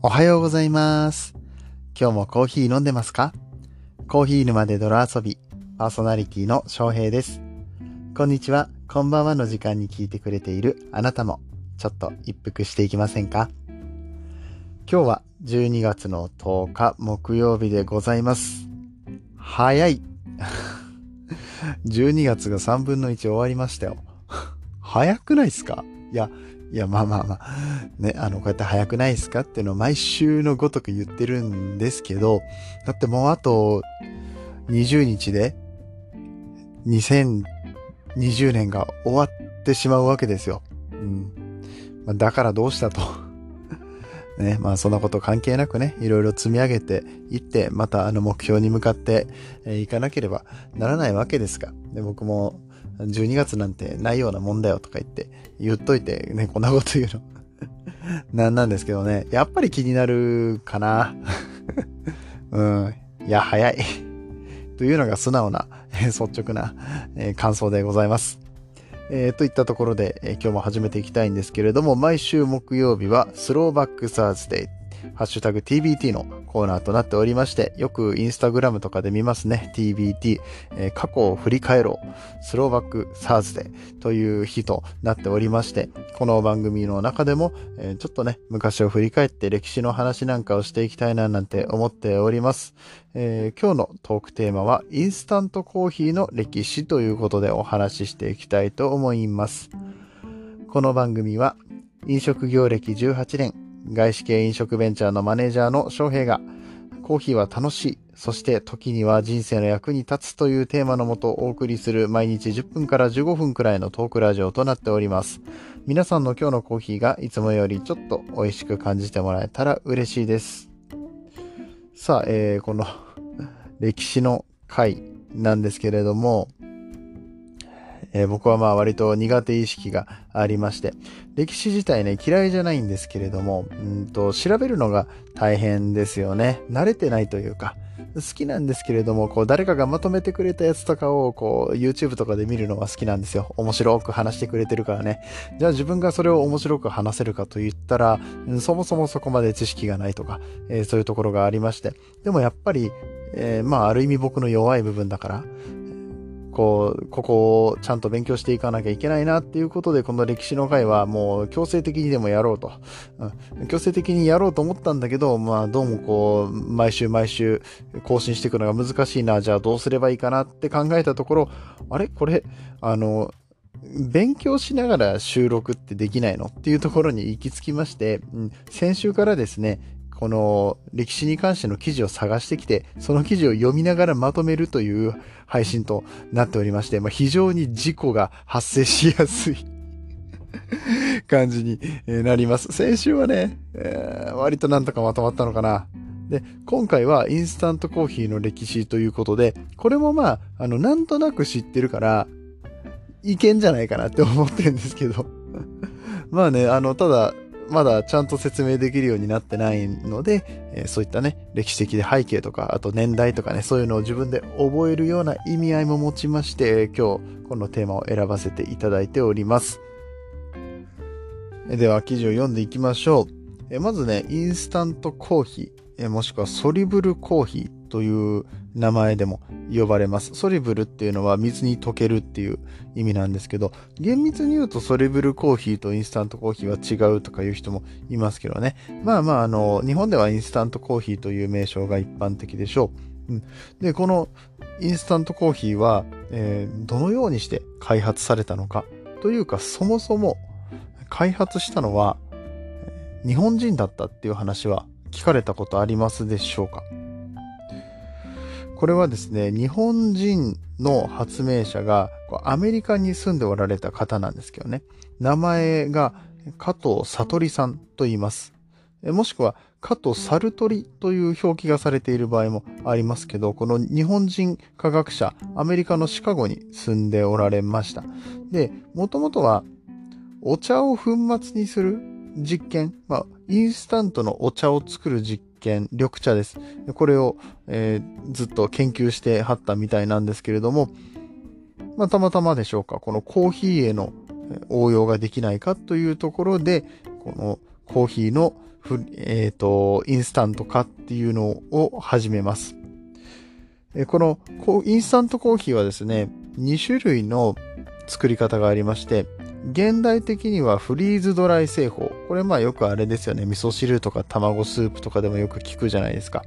おはようございます。今日もコーヒー飲んでますか？コーヒー沼で泥遊び、パーソナリティの翔平です。こんにちは、こんばんはの時間に聞いてくれているあなたも、ちょっと一服していきませんか？今日は12月の10日木曜日でございます。早い12月が3分の1終わりましたよ。早くないですか？まあね、こうやって早くないですかっていうのを毎週のごとく言ってるんですけど、だってもうあと20日で2020年が終わってしまうわけですよ。だからどうしたとね、そんなこと関係なくね、いろいろ積み上げていって、また目標に向かっていかなければならないわけですが、で僕も12月なんてないようなもんだよとか言っといてね、こんなこと言うのなんですけどね、やっぱり気になるかな。早いというのが素直な率直な感想でございます。といったところで、今日も始めていきたいんですけれども、毎週木曜日はスローバックサーズデー、ハッシュタグ TBT のコーナーとなっておりまして、よくインスタグラムとかで見ますね。TBT、過去を振り返ろう、スローバックサーズデーという日となっておりまして、この番組の中でも、ちょっとね、昔を振り返って歴史の話なんかをしていきたいななんて思っております。今日のトークテーマはインスタントコーヒーの歴史ということでお話ししていきたいと思います。この番組は飲食業歴18年、外資系飲食ベンチャーのマネージャーの翔平がコーヒーは楽しい、そして時には人生の役に立つというテーマのもとお送りする毎日10分から15分くらいのトークラジオとなっております。皆さんの今日のコーヒーがいつもよりちょっと美味しく感じてもらえたら嬉しいです。さあ、この歴史の回なんですけれども、僕は割と苦手意識がありまして、歴史自体ね嫌いじゃないんですけれども、調べるのが大変ですよね。慣れてないというか、好きなんですけれども、誰かがまとめてくれたやつとかをYouTube とかで見るのが好きなんですよ。面白く話してくれてるからね。じゃあ自分がそれを面白く話せるかと言ったら、そもそもそこまで知識がないとか、そういうところがありまして、でもやっぱり、ある意味僕の弱い部分だから、ここをちゃんと勉強していかなきゃいけないなっていうことで、この歴史の回はもう強制的にでもやろうと、強制的にやろうと思ったんだけど、どうも毎週更新していくのが難しいな、じゃあどうすればいいかなって考えたところ、これ勉強しながら収録ってできないのっていうところに行き着きまして、先週からですね、この歴史に関しての記事を探してきて、その記事を読みながらまとめるという配信となっておりまして、非常に事故が発生しやすい感じになります。先週はね、割となんとかまとまったのかな。で、今回はインスタントコーヒーの歴史ということで、これもなんとなく知ってるから、いけんじゃないかなって思ってるんですけど。ただ、まだちゃんと説明できるようになってないので、そういったね、歴史的で背景とか、あと年代とかね、そういうのを自分で覚えるような意味合いも持ちまして、今日このテーマを選ばせていただいております。では記事を読んでいきましょう。まずね、インスタントコーヒー、もしくはソリブルコーヒーという名前でも呼ばれます。ソリブルっていうのは水に溶けるっていう意味なんですけど、厳密に言うとソリブルコーヒーとインスタントコーヒーは違うとかいう人もいますけどね。日本ではインスタントコーヒーという名称が一般的でしょう。で、このインスタントコーヒーは、どのようにして開発されたのかというか、そもそも開発したのは日本人だったっていう話は聞かれたことありますでしょうか？これはですね、日本人の発明者がアメリカに住んでおられた方なんですけどね。名前が加藤悟さんと言います。もしくは加藤サルトリという表記がされている場合もありますけど、この日本人科学者、アメリカのシカゴに住んでおられました。で、もともとはお茶を粉末にする実験、インスタントのお茶を作る実験、緑茶です。これを、ずっと研究してはったみたいなんですけれども、たまたまでしょうか、このコーヒーへの応用ができないかというところで、このコーヒーのインスタント化っていうのを始めます。このインスタントコーヒーはですね、2種類の作り方がありまして、現代的にはフリーズドライ製法。これよくあれですよね。味噌汁とか卵スープとかでもよく聞くじゃないですか。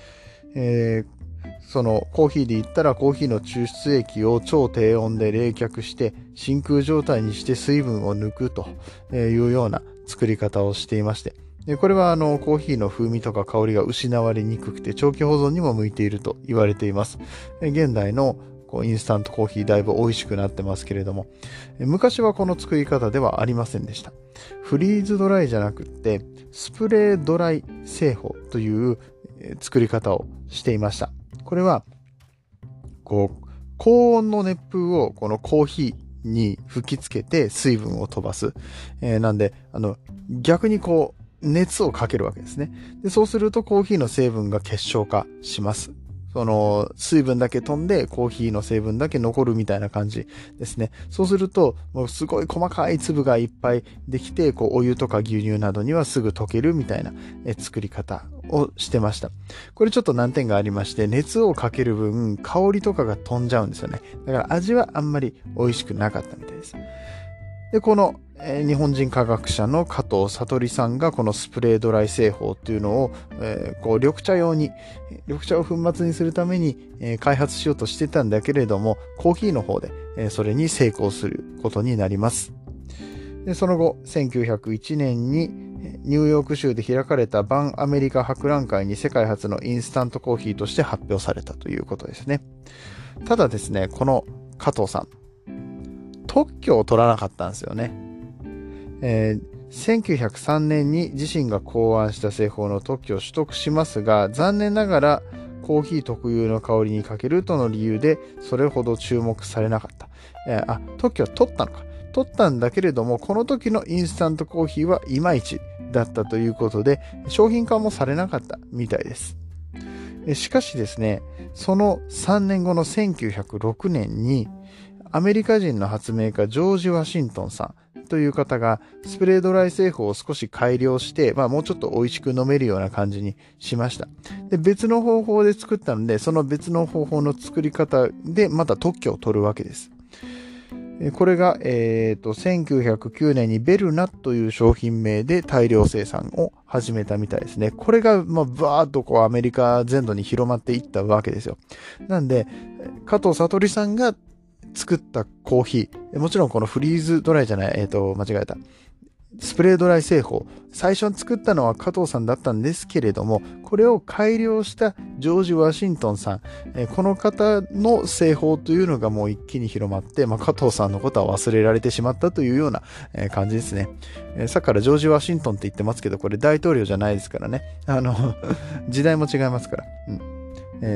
そのコーヒーで言ったらコーヒーの抽出液を超低温で冷却して真空状態にして水分を抜くというような作り方をしていまして、これはコーヒーの風味とか香りが失われにくくて長期保存にも向いていると言われています。現代のインスタントコーヒーだいぶ美味しくなってますけれども、昔はこの作り方ではありませんでした。フリーズドライじゃなくってスプレードライ製法という作り方をしていました。これは高温の熱風をこのコーヒーに吹きつけて水分を飛ばす。なんで逆に熱をかけるわけですね。で、そうするとコーヒーの成分が結晶化します。水分だけ飛んでコーヒーの成分だけ残るみたいな感じですね。そうすると、もうすごい細かい粒がいっぱいできて、お湯とか牛乳などにはすぐ溶けるみたいな作り方をしてました。これちょっと難点がありまして、熱をかける分、香りとかが飛んじゃうんですよね。だから味はあんまり美味しくなかったみたいです。で、この日本人科学者の加藤悟さんがこのスプレードライ製法っていうのを、緑茶を粉末にするために、開発しようとしてたんだけれども、コーヒーの方で、それに成功することになります。で、その後、1901年にニューヨーク州で開かれたバンアメリカ博覧会に世界初のインスタントコーヒーとして発表されたということですね。ただですね、この加藤さん、特許を取らなかったんですよね。1903年に自身が考案した製法の特許を取得しますが、残念ながらコーヒー特有の香りに欠けるとの理由でそれほど注目されなかった。特許は取ったのか。取ったんだけれども、この時のインスタントコーヒーはいまいちだったということで、商品化もされなかったみたいです。しかしですね、その3年後の1906年に、アメリカ人の発明家ジョージ・ワシントンさんという方がスプレードライ製法を少し改良して、もうちょっと美味しく飲めるような感じにしました。で、別の方法で作ったので、その別の方法の作り方でまた特許を取るわけです。これが、1909年にベルナという商品名で大量生産を始めたみたいですね。これが、バーっとアメリカ全土に広まっていったわけですよ。なんで、加藤悟さんが作ったコーヒー、もちろんこのフリーズドライじゃない、間違えた。スプレードライ製法、最初に作ったのは加藤さんだったんですけれども、これを改良したジョージ・ワシントンさん、この方の製法というのがもう一気に広まって、加藤さんのことは忘れられてしまったというような感じですね。さっきからジョージ・ワシントンって言ってますけど、これ大統領じゃないですからね。時代も違いますから、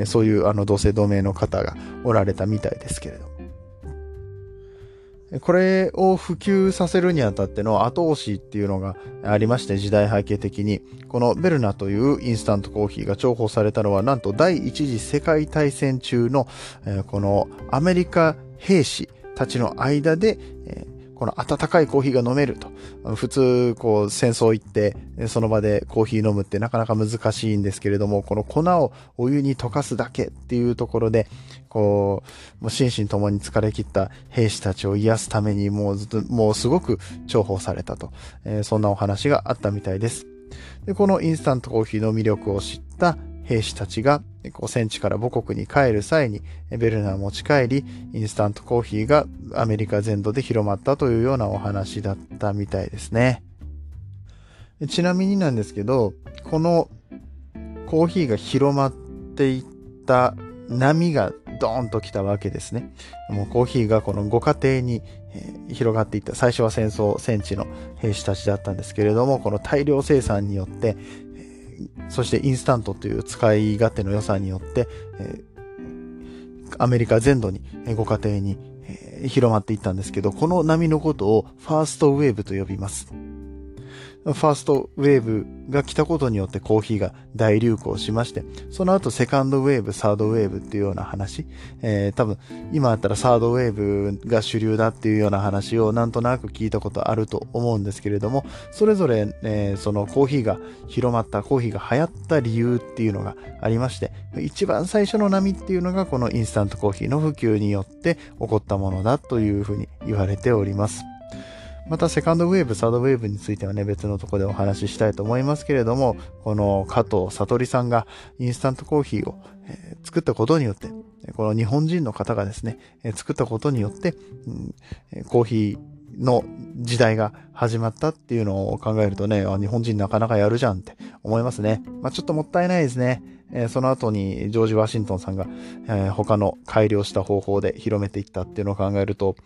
そういう同姓同名の方がおられたみたいですけれど。これを普及させるにあたっての後押しっていうのがありまして、時代背景的に、このベルナというインスタントコーヒーが重宝されたのは、なんと第一次世界大戦中の、このアメリカ兵士たちの間で、この温かいコーヒーが飲めると。普通、戦争行って、その場でコーヒー飲むってなかなか難しいんですけれども、この粉をお湯に溶かすだけっていうところで、もう心身ともに疲れ切った兵士たちを癒すためにもうすごく重宝されたと。そんなお話があったみたいです。で、このインスタントコーヒーの魅力を知った兵士たちが戦地から母国に帰る際にベルナーを持ち帰り、インスタントコーヒーがアメリカ全土で広まったというようなお話だったみたいですね。ちなみになんですけど、このコーヒーが広まっていった波がドーンと来たわけですね。もうコーヒーがこのご家庭に広がっていった。最初は戦地の兵士たちだったんですけれども、この大量生産によってそしてインスタントという使い勝手の良さによって、アメリカ全土にご家庭に広まっていったんですけど、この波のことをファーストウェーブと呼びます。 ファーストウェーブが来たことによってコーヒーが大流行しまして、その後セカンドウェーブ、サードウェーブっていうような話、多分今あったらサードウェーブが主流だっていうような話をなんとなく聞いたことあると思うんですけれども、それぞれ、そのコーヒーが広まった、コーヒーが流行った理由っていうのがありまして、一番最初の波っていうのがこのインスタントコーヒーの普及によって起こったものだというふうに言われております。またセカンドウェーブ、サードウェーブについてはね、別のところでお話ししたいと思いますけれども、この加藤悟りさんがインスタントコーヒーを、作ったことによって、この日本人の方がですね、作ったことによって、コーヒーの時代が始まったっていうのを考えるとね、日本人なかなかやるじゃんって思いますね。ちょっともったいないですね。その後にジョージ・ワシントンさんが、他の改良した方法で広めていったっていうのを考えると、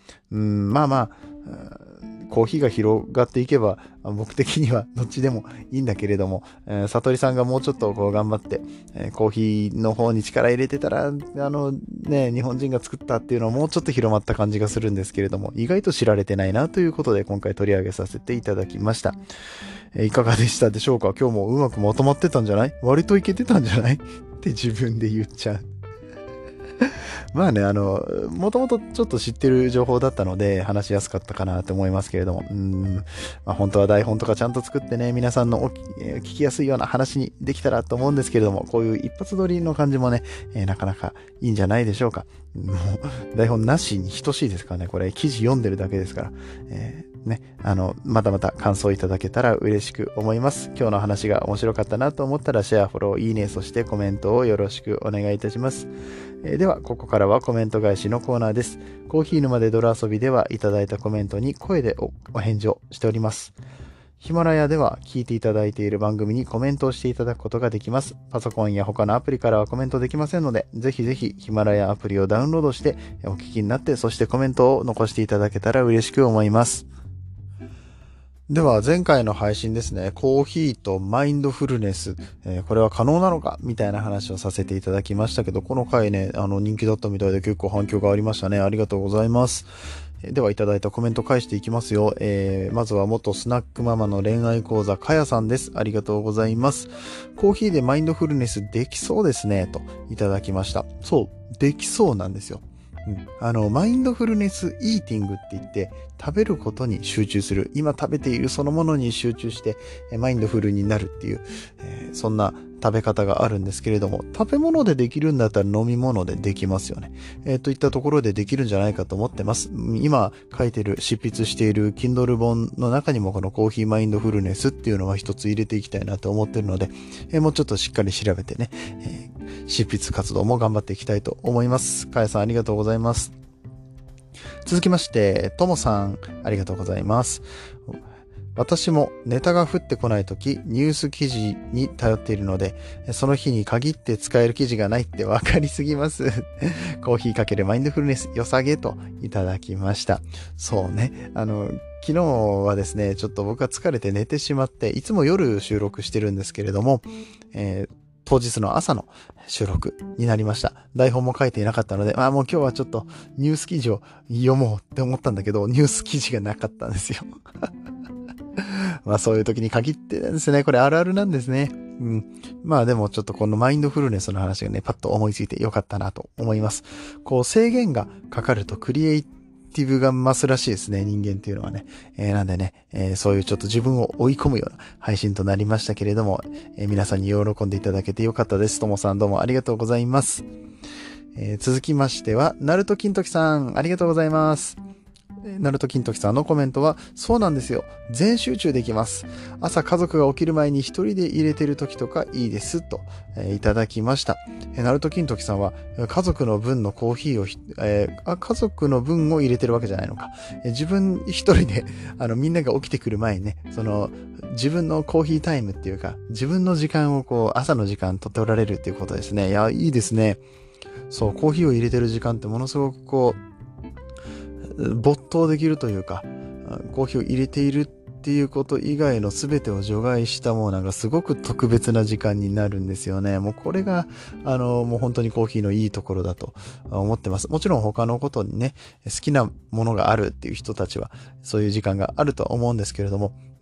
コーヒーが広がっていけば僕的にはどっちでもいいんだけれども、悟りさんがもうちょっとこう頑張って、コーヒーの方に力入れてたら日本人が作ったっていうのはもうちょっと広まった感じがするんですけれども、意外と知られてないなということで今回取り上げさせていただきました。いかがでしたでしょうか。今日もうまくまとまってたんじゃない？割といけてたんじゃないって自分で言っちゃう。まあね、もともとちょっと知ってる情報だったので話しやすかったかなと思いますけれども、本当は台本とかちゃんと作ってね、皆さんの聞きやすいような話にできたらと思うんですけれども、こういう一発撮りの感じもね、なかなかいいんじゃないでしょうか。もう台本なしに等しいですからね、これ記事読んでるだけですから、またまた感想いただけたら嬉しく思います。今日の話が面白かったなと思ったらシェア、フォロー、いいね、そしてコメントをよろしくお願いいたします。では、ここからはコメント返しのコーナーです。コーヒー沼で泥遊びではいただいたコメントに声でお返事をしております。ヒマラヤでは聞いていただいている番組にコメントをしていただくことができます。パソコンや他のアプリからはコメントできませんので、ぜひぜひヒマラヤアプリをダウンロードしてお聞きになって、そしてコメントを残していただけたら嬉しく思います。では前回の配信ですね、コーヒーとマインドフルネス、これは可能なのかみたいな話をさせていただきましたけど、この回ね、人気だったみたいで結構反響がありましたね。ありがとうございます。ではいただいたコメント返していきますよ。まずは元スナックママの恋愛講座かやさんです。ありがとうございます。コーヒーでマインドフルネスできそうですねといただきました。そう、できそうなんですよ。マインドフルネスイーティングって言って、食べることに集中する。今食べているそのものに集中して、マインドフルになるっていう、そんな食べ方があるんですけれども、食べ物でできるんだったら飲み物でできますよね。といったところでできるんじゃないかと思ってます。今書いてる、執筆している Kindle 本の中にもこのコーヒーマインドフルネスっていうのは一つ入れていきたいなと思ってるので、もうちょっとしっかり調べてね、執筆活動も頑張っていきたいと思います。かやさんありがとうございます。続きまして、ともさんありがとうございます。私もネタが降ってこないとき、ニュース記事に頼っているので、その日に限って使える記事がないってわかりすぎます。コーヒーかけるマインドフルネス良さげといただきました。そうね。昨日はですね、ちょっと僕が疲れて寝てしまって、いつも夜収録してるんですけれども、当日の朝の収録になりました。台本も書いていなかったので、もう今日はちょっとニュース記事を読もうって思ったんだけど、ニュース記事がなかったんですよ。そういう時に限ってですね、これあるあるなんですね。でもちょっとこのマインドフルネスの話がね、パッと思いついてよかったなと思います。こう制限がかかるとクリエイティブが増すらしいですね、人間っていうのはね。なんでね、そういうちょっと自分を追い込むような配信となりましたけれども、皆さんに喜んでいただけてよかったです。ともさんどうもありがとうございます。続きましては、ナルト金時さん、ありがとうございます。ナルト金時さんのコメントは、そうなんですよ。全集中できます。朝家族が起きる前に一人で入れてる時とかいいです。と、いただきました。ナルト金時さんは、家族の分のコーヒーを、家族の分を入れてるわけじゃないのか。自分一人で、みんなが起きてくる前にね、自分のコーヒータイムっていうか、自分の時間を朝の時間取っておられるっていうことですね。いや、いいですね。そう、コーヒーを入れてる時間ってものすごく没頭できるというか、コーヒーを入れているっていうこと以外の全てを除外したものがすごく特別な時間になるんですよね。もうこれが、もう本当にコーヒーのいいところだと思ってます。もちろん他のことにね、好きなものがあるっていう人たちは、そういう時間があるとは思うんですけれども、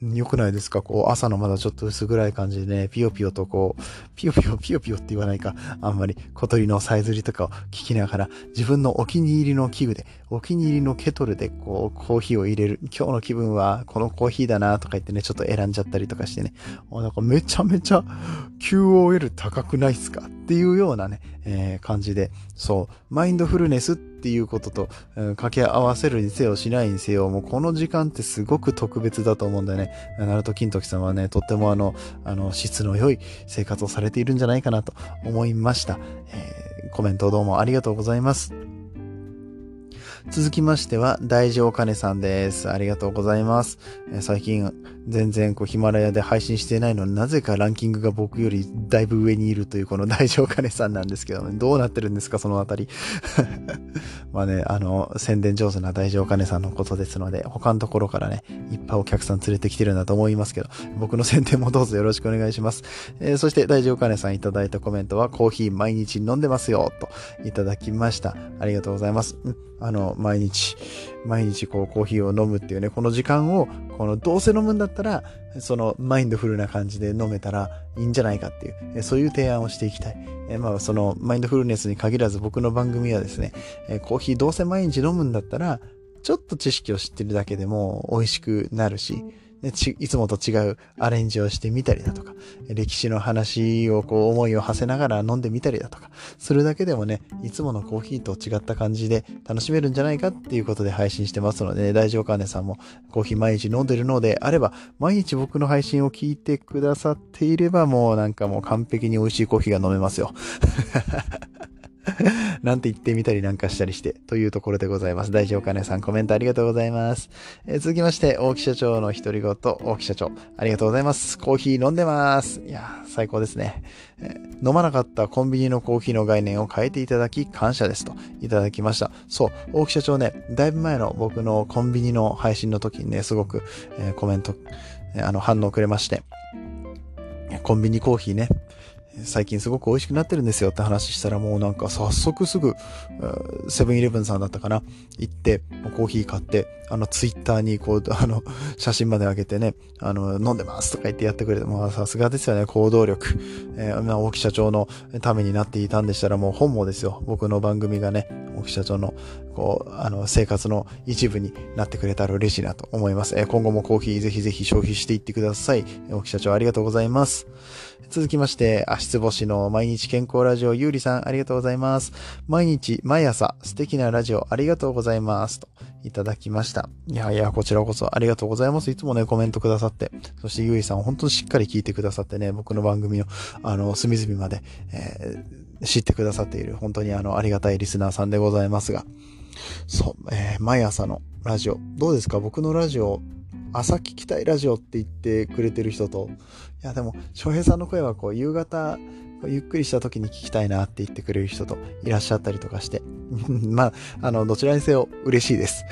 良くないですか？こう、朝のまだちょっと薄暗い感じでね、ピヨピヨとこう、ピヨピヨって言わないか、あんまり小鳥のさえずりとかを聞きながら、自分のお気に入りの器具で、お気に入りのケトルでこう、コーヒーを入れる。今日の気分はこのコーヒーだなとか言ってね、ちょっと選んじゃったりとかしてね、なんかめちゃめちゃ QOL 高くないっすかっていうようなね、感じで、そう、マインドフルネスっていうことと、掛け合わせるにせよしないにせよ、もうこの時間ってすごく特別だと思うんだよね。ナルト金時さんはね、とっても質の良い生活をされているんじゃないかなと思いました。コメントどうもありがとうございます。続きましては、大丈お金さんです。ありがとうございます。最近、全然ヒマラヤで配信していないのになぜかランキングが僕よりだいぶ上にいるというこの大丈お金さんなんですけどね、どうなってるんですか、そのあたり。まあね、宣伝上手な大丈お金さんのことですので、他のところからね、いっぱいお客さん連れてきてるんだと思いますけど、僕の宣伝もどうぞよろしくお願いします。そして大丈お金さんいただいたコメントは、コーヒー毎日飲んでますよ、といただきました。ありがとうございます。毎日コーヒーを飲むっていうね、この時間を、どうせ飲むんだったら、マインドフルな感じで飲めたらいいんじゃないかっていう、そういう提案をしていきたい。マインドフルネスに限らず僕の番組はですね、コーヒーどうせ毎日飲むんだったら、ちょっと知識を知ってるだけでも美味しくなるし、いつもと違うアレンジをしてみたりだとか、歴史の話を思いを馳せながら飲んでみたりだとか、するだけでもね、いつものコーヒーと違った感じで楽しめるんじゃないかっていうことで配信してますので、ね、大丈夫かねさんもコーヒー毎日飲んでるのであれば、毎日僕の配信を聞いてくださっていれば、もう完璧に美味しいコーヒーが飲めますよ。なんて言ってみたりなんかしたりして、というところでございます。大丈夫かねさん、コメントありがとうございます。続きまして、大木社長の独り言、大木社長、ありがとうございます。コーヒー飲んでます。いやー、最高ですね。飲まなかったコンビニのコーヒーの概念を変えていただき感謝ですといただきました。そう、大木社長ね、だいぶ前の僕のコンビニの配信の時にね、すごく、コメント、反応くれまして、コンビニコーヒーね、最近すごく美味しくなってるんですよって話したら、もう早速すぐセブンイレブンさんだったかな、行ってコーヒー買って、ツイッターに写真まで上げてね、飲んでますとか言ってやってくれて、もうさすがですよね、行動力。大木社長のためになっていたんでしたら、もう本望ですよ。僕の番組がね、大木社長の生活の一部になってくれたら嬉しいなと思います。今後もコーヒーぜひぜひ消費していってください。大木社長ありがとうございます。続きまして、足つぼしの毎日健康ラジオゆうりさんありがとうございます。毎朝素敵なラジオありがとうございますといただきました。いやこちらこそありがとうございます。いつもねコメントくださって、そしてゆうりさん本当にしっかり聞いてくださってね、僕の番組の隅々まで、知ってくださっている本当にありがたいリスナーさんでございますが、そう、毎朝のラジオどうですか？僕のラジオ朝聞きたいラジオって言ってくれてる人と、いやでも翔平さんの声は夕方ゆっくりした時に聞きたいなって言ってくれる人といらっしゃったりとかしてまあどちらにせよ嬉しいです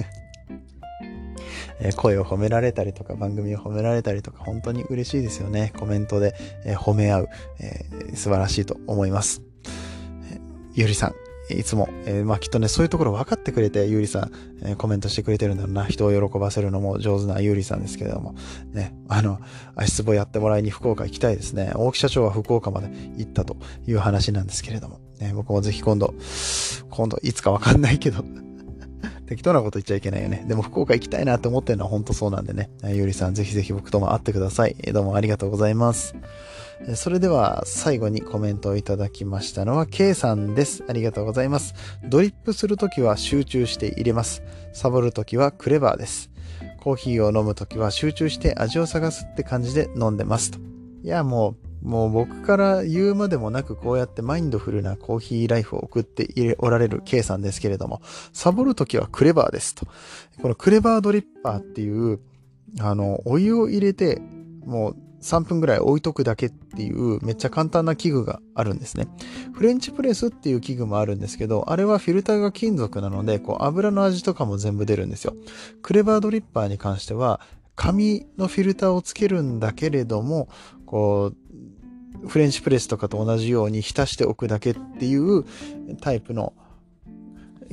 声を褒められたりとか番組を褒められたりとか本当に嬉しいですよね。コメントで、褒め合う、素晴らしいと思います。ゆりさんいつも、きっとね、そういうところ分かってくれて、ゆうりさん、コメントしてくれてるんだろうな。人を喜ばせるのも上手なゆうりさんですけれども、ね、足つぼやってもらいに福岡行きたいですね。大木社長は福岡まで行ったという話なんですけれども、ね、僕もぜひ今度、いつか分かんないけど、適当なこと言っちゃいけないよね。でも福岡行きたいなと思ってるのは本当そうなんでね。ゆうりさん、ぜひぜひ僕とも会ってください。どうもありがとうございます。それでは最後にコメントをいただきましたのは K さんです。ありがとうございます。ドリップするときは集中して入れます。サボるときはクレバーです。コーヒーを飲むときは集中して味を探すって感じで飲んでますと。いやもう僕から言うまでもなくこうやってマインドフルなコーヒーライフを送っておられる K さんですけれども、サボるときはクレバーですと。このクレバードリッパーっていうお湯を入れてもう3分ぐらい置いとくだけっていうめっちゃ簡単な器具があるんですね。フレンチプレスっていう器具もあるんですけど、あれはフィルターが金属なので油の味とかも全部出るんですよ。クレバードリッパーに関しては紙のフィルターをつけるんだけれども、フレンチプレスとかと同じように浸しておくだけっていうタイプの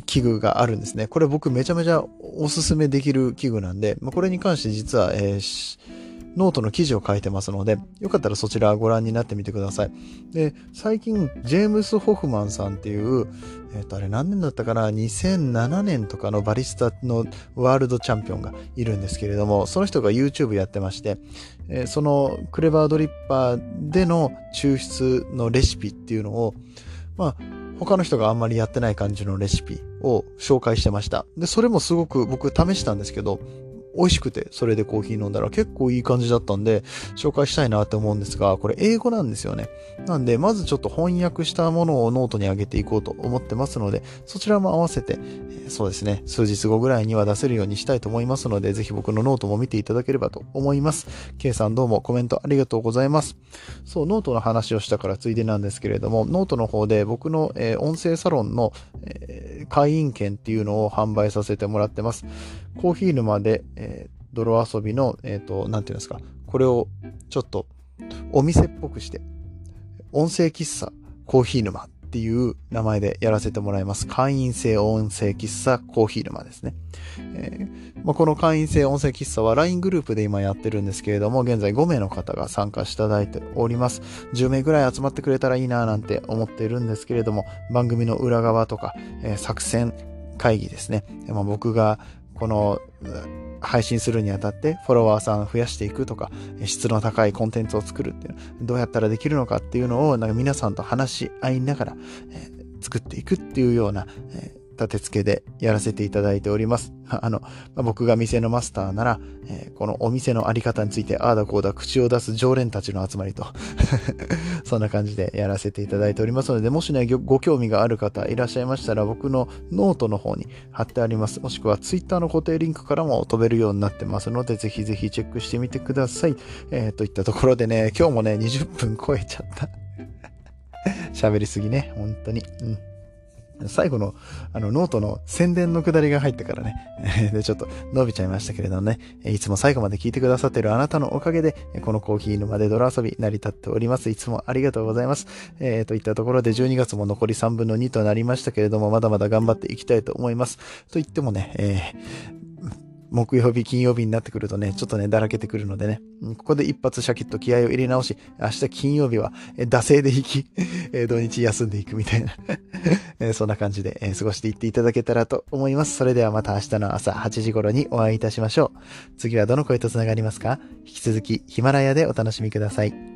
器具があるんですね。これ僕めちゃめちゃおすすめできる器具なんで、これに関して実は、ノートの記事を書いてますので、よかったらそちらご覧になってみてください。で、最近、ジェームス・ホフマンさんっていう、あれ何年だったかな ?2007 年とかのバリスタのワールドチャンピオンがいるんですけれども、その人が YouTube やってまして、そのクレバードリッパーでの抽出のレシピっていうのを、他の人があんまりやってない感じのレシピを紹介してました。で、それもすごく僕試したんですけど、美味しくて、それでコーヒー飲んだら結構いい感じだったんで、紹介したいなって思うんですが、これ英語なんですよね。なんで、まずちょっと翻訳したものをノートに上げていこうと思ってますので、そちらも合わせて、そうですね、数日後ぐらいには出せるようにしたいと思いますので、ぜひ僕のノートも見ていただければと思います。K さんどうもコメントありがとうございます。そう、ノートの話をしたからついでなんですけれども、ノートの方で僕の、音声サロンの、会員券っていうのを販売させてもらってます。コーヒー沼で、泥遊びの、なんていうんですか、これをちょっとお店っぽくして、音声喫茶コーヒー沼っていう名前でやらせてもらいます。会員制音声喫茶コーヒー沼ですね。この会員制音声喫茶は LINE グループで今やってるんですけれども、現在5名の方が参加していただいております。10名ぐらい集まってくれたらいいななんて思っているんですけれども、番組の裏側とか、作戦会議ですね。僕がこの配信するにあたってフォロワーさん増やしていくとか、質の高いコンテンツを作るっていうの、どうやったらできるのかっていうのを皆さんと話し合いながら、作っていくっていうような、立て付けでやらせていただいております。僕が店のマスターなら、このお店のあり方についてああだこうだ口を出す常連たちの集まりとそんな感じでやらせていただいておりますので、もしねご興味がある方いらっしゃいましたら、僕のノートの方に貼ってあります。もしくはツイッターの固定リンクからも飛べるようになってますので、ぜひぜひチェックしてみてください。といったところでね、今日もね20分超えちゃった喋りすぎね、本当に。最後のノートの宣伝のくだりが入ってからねでちょっと伸びちゃいましたけれどもね、いつも最後まで聞いてくださっているあなたのおかげでこのコーヒー沼で泥遊び成り立っております。いつもありがとうございます。といったところで12月も残り3分の2となりましたけれども、まだまだ頑張っていきたいと思います。と言ってもね、木曜日、金曜日になってくるとね、ちょっとね、だらけてくるのでね、ここで一発シャキッと気合を入れ直し、明日金曜日は、惰性で行き、土日休んでいくみたいな、そんな感じで、過ごしていっていただけたらと思います。それではまた明日の朝8時頃にお会いいたしましょう。次はどの声とつながりますか？引き続きヒマラヤでお楽しみください。